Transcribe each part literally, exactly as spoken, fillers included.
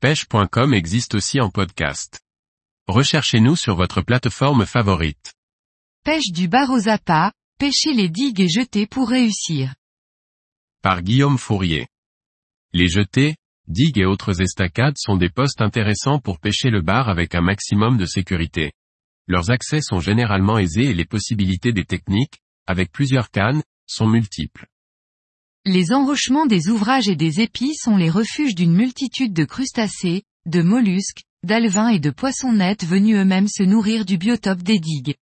pêche point com existe aussi en podcast. Recherchez-nous sur votre plateforme favorite. Pêche du bar aux appâts, pêcher les digues et jetées pour réussir. Par Guillaume Fourier. Les jetées, digues et autres estacades sont des postes intéressants pour pêcher le bar avec un maximum de sécurité. Leurs accès sont généralement aisés et les possibilités des techniques, avec plusieurs cannes, sont multiples. Les enrochements des ouvrages et des épis sont les refuges d'une multitude de crustacés, de mollusques, d'alevins et de poissons nets venus eux-mêmes se nourrir du biotope des digues.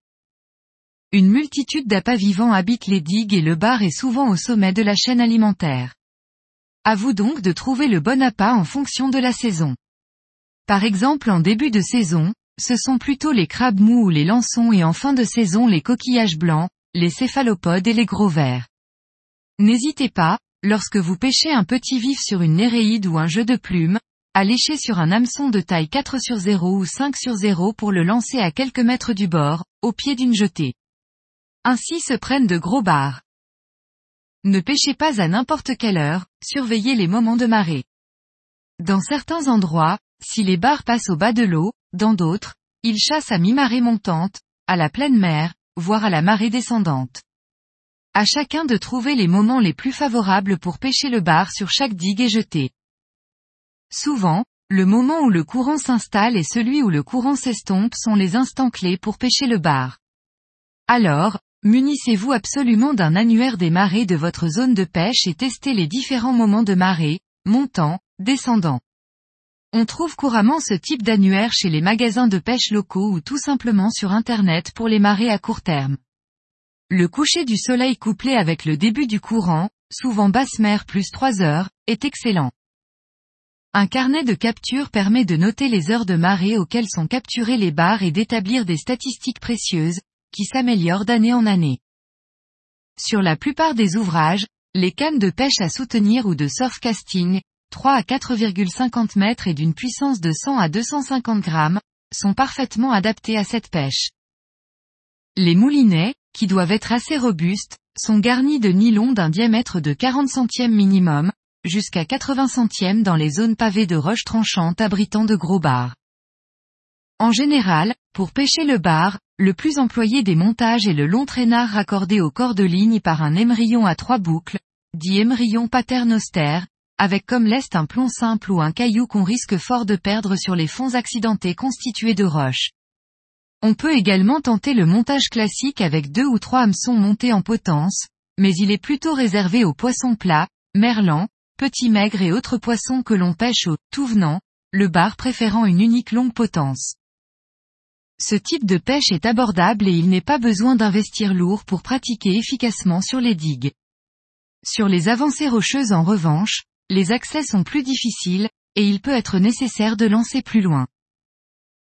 Une multitude d'appâts vivants habitent les digues et le bar est souvent au sommet de la chaîne alimentaire. À vous donc de trouver le bon appât en fonction de la saison. Par exemple en début de saison, ce sont plutôt les crabes mous ou les lançons et en fin de saison les coquillages blancs, les céphalopodes et les gros vers. N'hésitez pas, lorsque vous pêchez un petit vif sur une néréide ou un jeu de plumes, à lécher sur un hameçon de taille quatre sur zéro ou cinq sur zéro pour le lancer à quelques mètres du bord, au pied d'une jetée. Ainsi se prennent de gros bars. Ne pêchez pas à n'importe quelle heure, surveillez les moments de marée. Dans certains endroits, si les bars passent au bas de l'eau, dans d'autres, ils chassent à mi-marée montante, à la pleine mer, voire à la marée descendante. À chacun de trouver les moments les plus favorables pour pêcher le bar sur chaque digue et jetée. Souvent, le moment où le courant s'installe et celui où le courant s'estompe sont les instants clés pour pêcher le bar. Alors, munissez-vous absolument d'un annuaire des marées de votre zone de pêche et testez les différents moments de marée, montant, descendant. On trouve couramment ce type d'annuaire chez les magasins de pêche locaux ou tout simplement sur Internet pour les marées à court terme. Le coucher du soleil couplé avec le début du courant, souvent basse mer plus trois heures, est excellent. Un carnet de capture permet de noter les heures de marée auxquelles sont capturés les bars et d'établir des statistiques précieuses, qui s'améliorent d'année en année. Sur la plupart des ouvrages, les cannes de pêche à soutenir ou de surfcasting, trois à quatre virgule cinquante mètres et d'une puissance de cent à deux cent cinquante grammes, sont parfaitement adaptées à cette pêche. Les moulinets, qui doivent être assez robustes, sont garnis de nylon d'un diamètre de quarante centièmes minimum, jusqu'à quatre-vingts centièmes dans les zones pavées de roches tranchantes abritant de gros bars. En général, pour pêcher le bar, le plus employé des montages est le long traînard raccordé au corps de ligne par un émerillon à trois boucles, dit émerillon paternostère, avec comme lest un plomb simple ou un caillou qu'on risque fort de perdre sur les fonds accidentés constitués de roches. On peut également tenter le montage classique avec deux ou trois hameçons montés en potence, mais il est plutôt réservé aux poissons plats, merlans, petits maigres et autres poissons que l'on pêche au tout venant, le bar préférant une unique longue potence. Ce type de pêche est abordable et il n'est pas besoin d'investir lourd pour pratiquer efficacement sur les digues. Sur les avancées rocheuses en revanche, les accès sont plus difficiles, et il peut être nécessaire de lancer plus loin.